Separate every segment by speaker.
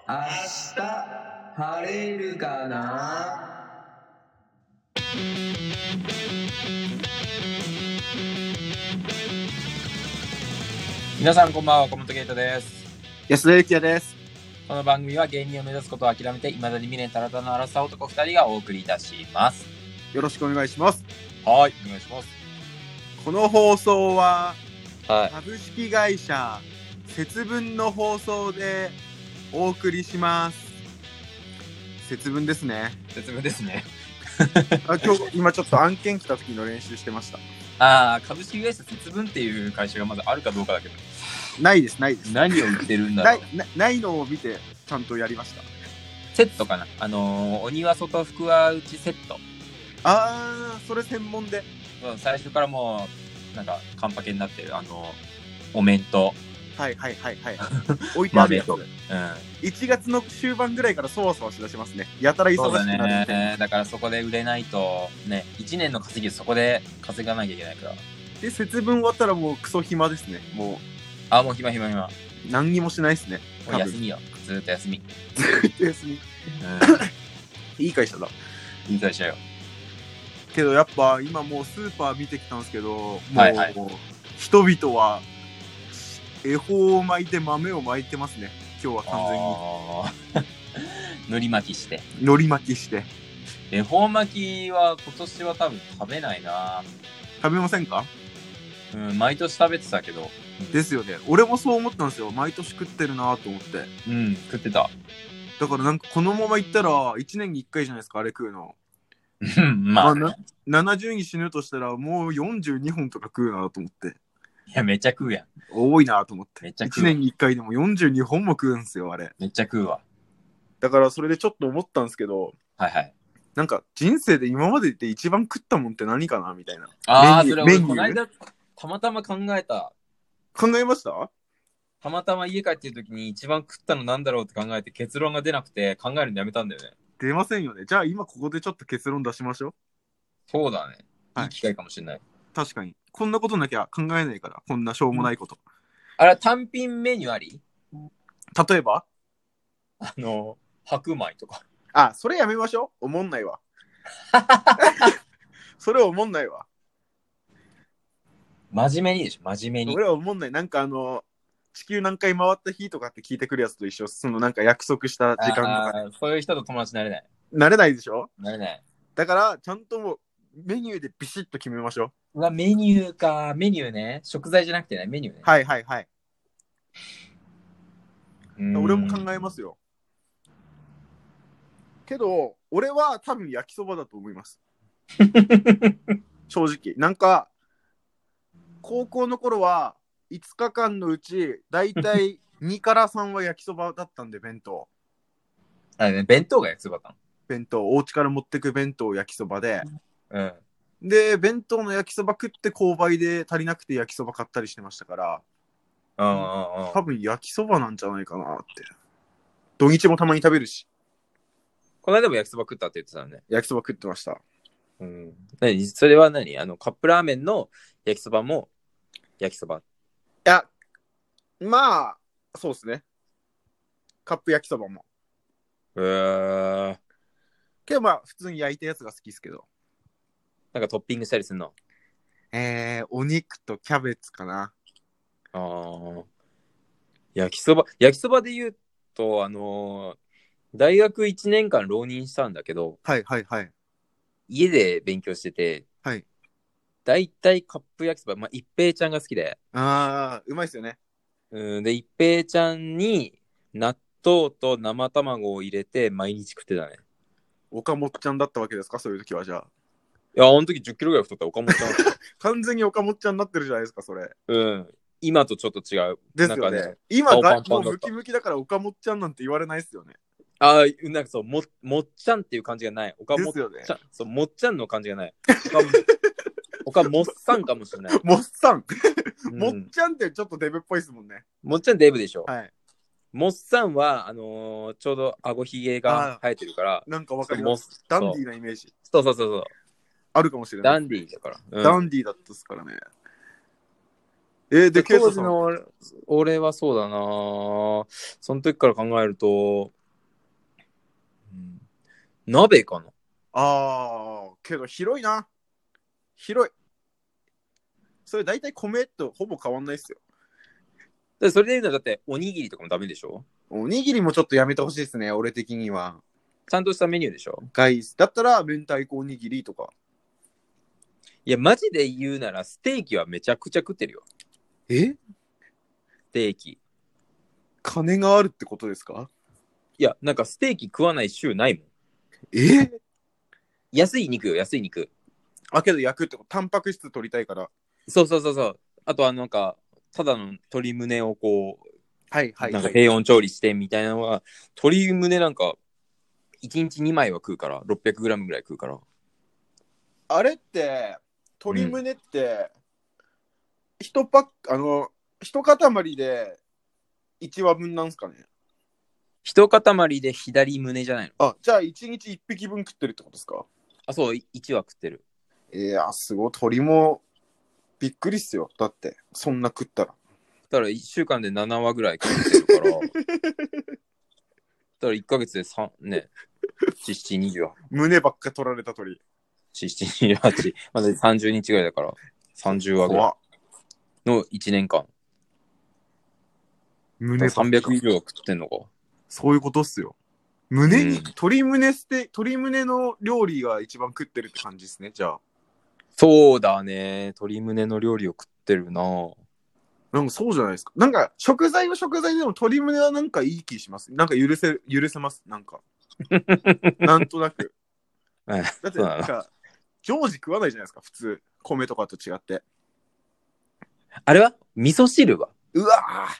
Speaker 1: 明日晴れるかな。
Speaker 2: 皆さんこんばんは、コメントゲートです。
Speaker 3: 安田幸也です。
Speaker 2: この番組は芸人を目指すことを諦めて未だに未練たらたらの荒さ男2人がお送りいたします。
Speaker 3: よろしくお願いします。
Speaker 2: はい、お願いします。
Speaker 3: この放送は、
Speaker 2: はい、
Speaker 3: 株式会社節分の放送でお送りします。節分ですね。
Speaker 2: 説明ですね。
Speaker 3: 今ちょっと案件来た時の練習してました。
Speaker 2: 株式会社節分っていう会社がまだあるかどうかだけど。
Speaker 3: ないです、ないです。
Speaker 2: 何を言ってるんだろう。
Speaker 3: ないのを見てちゃんとやりました。
Speaker 2: セットかな。お庭外福は内セット。
Speaker 3: それ専門で。
Speaker 2: 最初からもうなんかカンパケになってるお面と。
Speaker 3: はい。置いてあるやつ。1月の終盤ぐらいからそわそわしだしますね。やたら忙しくなるみたいな。
Speaker 2: だからそこで売れないとね、1年の稼ぎそこで稼がなきゃいけないから。
Speaker 3: で、節分終わったらもうクソ暇ですね。も
Speaker 2: う暇。
Speaker 3: 何にもしないですね。
Speaker 2: もう休みよ。ずっと休み。
Speaker 3: いい会社だ。
Speaker 2: いい会社よ。
Speaker 3: けどやっぱ今もうスーパー見てきたんですけど、もう、人々は恵方を巻いて豆を巻いてますね。今日は完全に
Speaker 2: 海苔巻きして
Speaker 3: 恵
Speaker 2: 方巻きは今年は多分食べないな。
Speaker 3: 食べませんか？
Speaker 2: 毎年食べてたけど。
Speaker 3: ですよね。俺もそう思ったんですよ。毎年食ってるなと思って。
Speaker 2: 食ってた。
Speaker 3: だからなんかこのままいったら1年に1回じゃないですか、あれ食うの。
Speaker 2: まあ、ね、
Speaker 3: 70に死ぬとしたらもう42本とか食うなと思って。
Speaker 2: いや、めっちゃ食うやん。
Speaker 3: 多いなと思って。
Speaker 2: めっちゃ食う。1
Speaker 3: 年に1回でも42本も食うんですよ、あれ。
Speaker 2: めっちゃ食うわ。
Speaker 3: だからそれでちょっと思ったんですけど、なんか人生で今までで一番食ったもんって何かなみたいな。
Speaker 2: それ俺この間たまたま考えた。
Speaker 3: 考えました？
Speaker 2: たまたま家帰ってる時に一番食ったのなんだろうって考えて結論が出なくて考えるのやめたんだよね。
Speaker 3: 出ませんよね。じゃあ今ここでちょっと結論出しましょう。
Speaker 2: そうだね。いい機会かもしれない。
Speaker 3: 確かに。こんなことなきゃ考えないから、こんなしょうもないこと。
Speaker 2: あれ、単品メニューあり？
Speaker 3: 例えば
Speaker 2: 白米とか。
Speaker 3: それやめましょう。おもんないわ。それおもんないわ。
Speaker 2: 真面目にでしょ、真面目に。
Speaker 3: 俺はおもんない。なんか地球何回回った日とかって聞いてくるやつと一緒。そのなんか約束した時間とか。
Speaker 2: そういう人と友達になれない。
Speaker 3: なれないでしょ？
Speaker 2: なれない。
Speaker 3: だから、ちゃんともうメニューでビシッと決めましょ
Speaker 2: う。メニューか。メニューね。食材じゃなくてね、メニューね。
Speaker 3: はい。俺も考えますよ。けど、俺は多分焼きそばだと思います。正直。なんか、高校の頃は5日間のうち、だいたい2から3は焼きそばだったんで、弁当。
Speaker 2: 弁当が焼きそばだったの？
Speaker 3: 弁当、お家から持ってく弁当焼きそばで。で、弁当の焼きそば食って購買で足りなくて焼きそば買ったりしてましたから、多分焼きそばなんじゃないかなって。土日もたまに食べるし。
Speaker 2: この間も焼きそば食ったって言ってたのね。
Speaker 3: 焼きそば食ってました。
Speaker 2: それは何？カップラーメンの焼きそばも焼きそば？い
Speaker 3: や、まあ、そうですね。カップ焼きそばも。けどまあ、普通に焼いたやつが好きですけど。
Speaker 2: なんかトッピングしたりするの？
Speaker 3: お肉とキャベツかな。
Speaker 2: 焼きそばで言うと、大学1年間浪人したんだけど、家で勉強してて、だいたいカップ焼きそば、一平ちゃんが好きで。
Speaker 3: うまいっすよね。
Speaker 2: で、一平ちゃんに納豆と生卵を入れて毎日食ってたね。
Speaker 3: 岡本ちゃんだったわけですか、そういう時は。じゃあ。
Speaker 2: いや、あの時10キロぐらい太った岡本ちゃん。
Speaker 3: 完全に岡本ちゃんになってるじゃないですか、それ。
Speaker 2: 今とちょっと違う。
Speaker 3: ですよね。今がもうムキムキだから岡本ちゃんなんて言われないですよね。
Speaker 2: なんかそう、もっちゃんっていう感じがない。岡本ちゃん、ね、そう、もっちゃんの感じがない。もっさんかもしれない。
Speaker 3: もっさん。もっちゃんってちょっとデブっぽいですもんね。
Speaker 2: もっちゃんデブでしょ。
Speaker 3: も
Speaker 2: っさんは、ちょうど顎ひげが生えてるから、
Speaker 3: なんかわかります。ダンディーなイメージ。
Speaker 2: そう。
Speaker 3: あるかもしれない。
Speaker 2: ダンディーだから。
Speaker 3: ダンディーだったっすからね。
Speaker 2: で、当時の俺はそうだな、その時から考えると、 鍋かな。
Speaker 3: けど広いな。広い。それ大体米とほぼ変わんないっすよ。
Speaker 2: でそれで言うのはだっておにぎりとかもダメでしょ。
Speaker 3: おにぎりもちょっとやめてほしいですね、俺的には。
Speaker 2: ちゃんとしたメニューでしょ。
Speaker 3: だったら明太子おにぎりとか。
Speaker 2: いやマジで言うならステーキはめちゃくちゃ食ってるよ。
Speaker 3: ス
Speaker 2: テーキ。
Speaker 3: 金があるってことですか？
Speaker 2: いやなんかステーキ食わない週ないもん。安い肉よ、安い肉。
Speaker 3: けど焼くってこと、タンパク質取りたいから。
Speaker 2: そう。あとはなんかただの鶏胸をこう
Speaker 3: なんか
Speaker 2: 低温調理してみたいなのは、鶏胸なんか1日2枚は食うから 600g ぐらい食うから。
Speaker 3: あれって鶏胸って、一パック一塊で1話分なんすかね。
Speaker 2: 一塊で左胸じゃないの。
Speaker 3: じゃあ1日1匹分食ってるってことですか？
Speaker 2: そう、1話食ってる。
Speaker 3: すごい。鶏もびっくりっすよ。だってそんな食ったら。
Speaker 2: だから1週間で7話ぐらい食ってるからだから1ヶ月で3ね728
Speaker 3: 胸ばっか取られた鳥
Speaker 2: 728まだ30日ぐらいだから30話ぐらいの1年間胸300以上食ってんのか。
Speaker 3: そういうことっすよ。胸に、鶏胸の料理が一番食ってるって感じですね。じゃあ
Speaker 2: そうだね、鶏胸の料理を食ってるな。
Speaker 3: なんかそうじゃないですか。なんか食材は食材でも鶏胸はなんかいい気します。なんか許せます。なんかなんとなくだってなんか常時食わないじゃないですか、普通米とかと違って。
Speaker 2: あれは味噌汁は
Speaker 3: うわ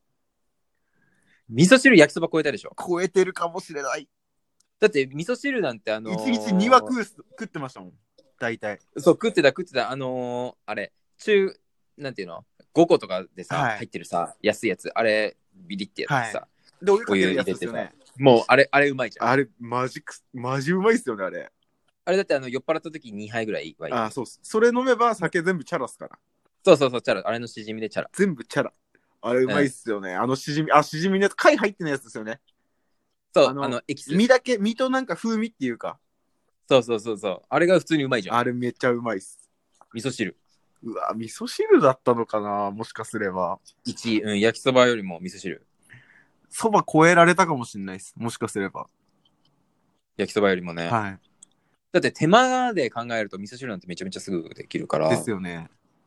Speaker 2: 味噌汁焼きそば超えたでしょ。
Speaker 3: 超えてるかもしれない。
Speaker 2: だって味噌汁なんて1
Speaker 3: 日2話食ってましたもん大体。
Speaker 2: そう食ってたあれなんていうの5個とかでさ、入ってるさ安いやつ、あれビリってやってさ、
Speaker 3: でお湯入れてですよね。
Speaker 2: もうあれうまいじゃん。
Speaker 3: あれマジうまいっすよね。
Speaker 2: あれだって酔っ払った時2杯ぐらいはいい。
Speaker 3: そうっす。それ飲めば酒全部チャラっすから。
Speaker 2: そうチャラ。あれのしじみでチャラ。
Speaker 3: 全部チャラ。あれうまいっすよね。しじみのやつ、貝入ってないやつですよね。
Speaker 2: そうエキス
Speaker 3: 身となんか風味っていうか。
Speaker 2: そうあれが普通にうまいじゃん。
Speaker 3: あれめっちゃうまいっす。
Speaker 2: 味噌汁。
Speaker 3: うわ、味噌汁だったのかな、もしかすれば。
Speaker 2: 1位、焼きそばよりも味噌汁。
Speaker 3: そば超えられたかもしれないです。もしかすれば。
Speaker 2: 焼きそばよりもね。だって手間で考えると味噌汁なんてめちゃめちゃすぐできるから。
Speaker 3: ですよね。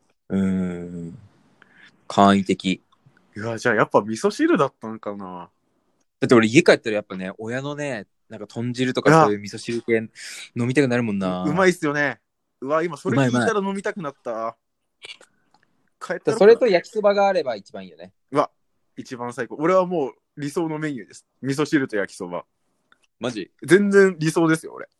Speaker 2: 簡易的。
Speaker 3: じゃあやっぱ味噌汁だったのかな。
Speaker 2: だって俺家帰ったらやっぱね、親のね、なんか豚汁とかそういう味噌汁系飲みたくなるもんな。
Speaker 3: うまいっすよね。今それ聞いたら飲みたくなった。
Speaker 2: 帰ったらそれと焼きそばがあれば一番いいよね。
Speaker 3: 一番最高。俺はもう理想のメニューです。味噌汁と焼きそば。
Speaker 2: マジ？
Speaker 3: 全然理想ですよ、俺。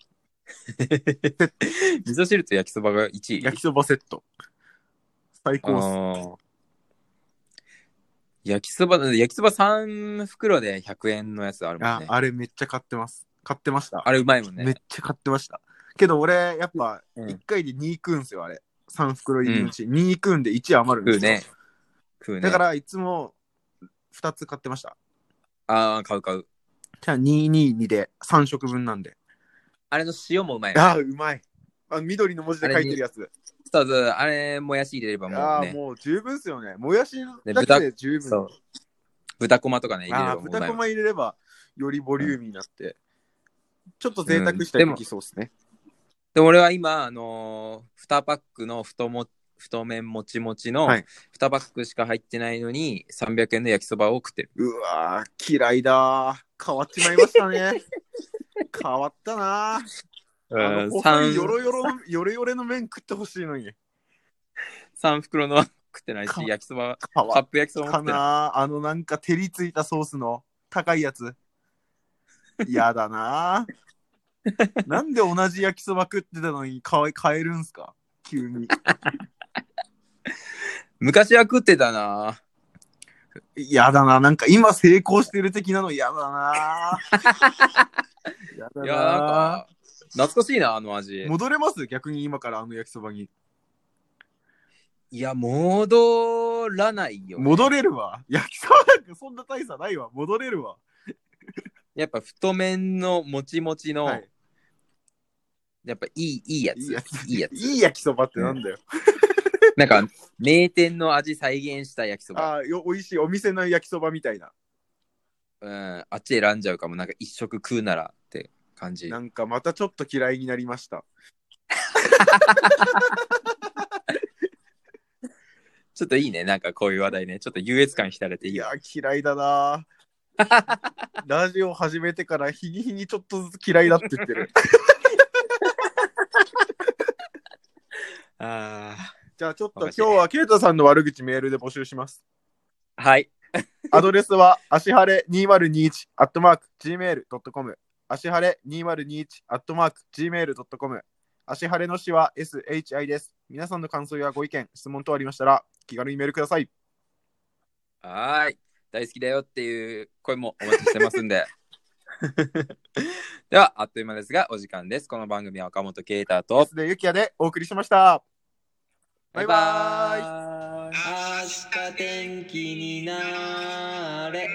Speaker 2: 味噌汁と焼きそばが1位。
Speaker 3: 焼きそばセット。最高っす。
Speaker 2: 焼きそば3袋で100円のやつあるもんね。
Speaker 3: あれめっちゃ買ってます。買ってました。
Speaker 2: あれうまいもんね。
Speaker 3: めっちゃ買ってました。けど俺、やっぱ、1回で2食うんすよ、あれ。3袋入りのうち。2食うんで1余るんですよ。食うね。だから、いつも2つ買ってました。
Speaker 2: 買う。
Speaker 3: じゃあ、222で3食分なんで。
Speaker 2: あれの塩もうまい。
Speaker 3: うまい。緑の文字で書いてるやつ。
Speaker 2: そう、あれ、もやし入れればもうね。
Speaker 3: もう十分っすよね。もやしだけで十分。そう
Speaker 2: 豚こまとかね、入れればもううまい。
Speaker 3: 豚こま入れれば、よりボリューミーになって、ちょっと贅沢したらできそうっすね。
Speaker 2: でも俺は今、2パックの太麺もちもちの2パックしか入ってないのに、300円の焼きそばを食ってる。
Speaker 3: うわー、嫌いだー。変わっちまいましたね。変わったなー。細いヨレヨレの麺食ってほしいのに。
Speaker 2: 3袋の食ってないし、焼きそば、カップ焼きそばも食ってない。
Speaker 3: なんか照りついたソースの高いやつ。やだなー。なんで同じ焼きそば食ってたのに変えるんすか急に。
Speaker 2: 昔は食ってたな。
Speaker 3: やだな。なんか今成功してる的なのやだな。やだな。
Speaker 2: なんか懐かしいな、あの味。
Speaker 3: 戻れます逆に今から焼きそばに。
Speaker 2: いや、戻らないよ、ね。
Speaker 3: 戻れるわ。焼きそばなんかそんな大差ないわ。戻れるわ。
Speaker 2: やっぱ太麺のもちもちの、
Speaker 3: はい、
Speaker 2: やっぱいいやつ。いいやつ。
Speaker 3: いい焼きそばってなんだよ。
Speaker 2: なんか、名店の味再現した焼きそば。
Speaker 3: ああ、美味しいお店の焼きそばみたいな。
Speaker 2: あっち選んじゃうかも。なんか一食食うならって感じ。
Speaker 3: なんかまたちょっと嫌いになりました。
Speaker 2: ちょっといいね。なんかこういう話題ね。ちょっと優越感浸れていいよ。
Speaker 3: いや、嫌いだな。ラジオ始めてから日に日にちょっとずつ嫌いだって言ってる。じゃあちょっと今日はケイタさんの悪口メールで募集します。
Speaker 2: はい。
Speaker 3: アドレスは、あしはれ2021@gmail.com。あしはれ2021@gmail.com。あしはれのしは SHI です。皆さんの感想やご意見、質問等ありましたら、気軽にメールください。
Speaker 2: はい。大好きだよっていう声もお待ちしてますんで。では、あっという間ですが、お時間です。この番組は岡本啓太と、
Speaker 3: でゆきやでお送りしました。
Speaker 2: バイバーイ。
Speaker 1: 明日天気になれ。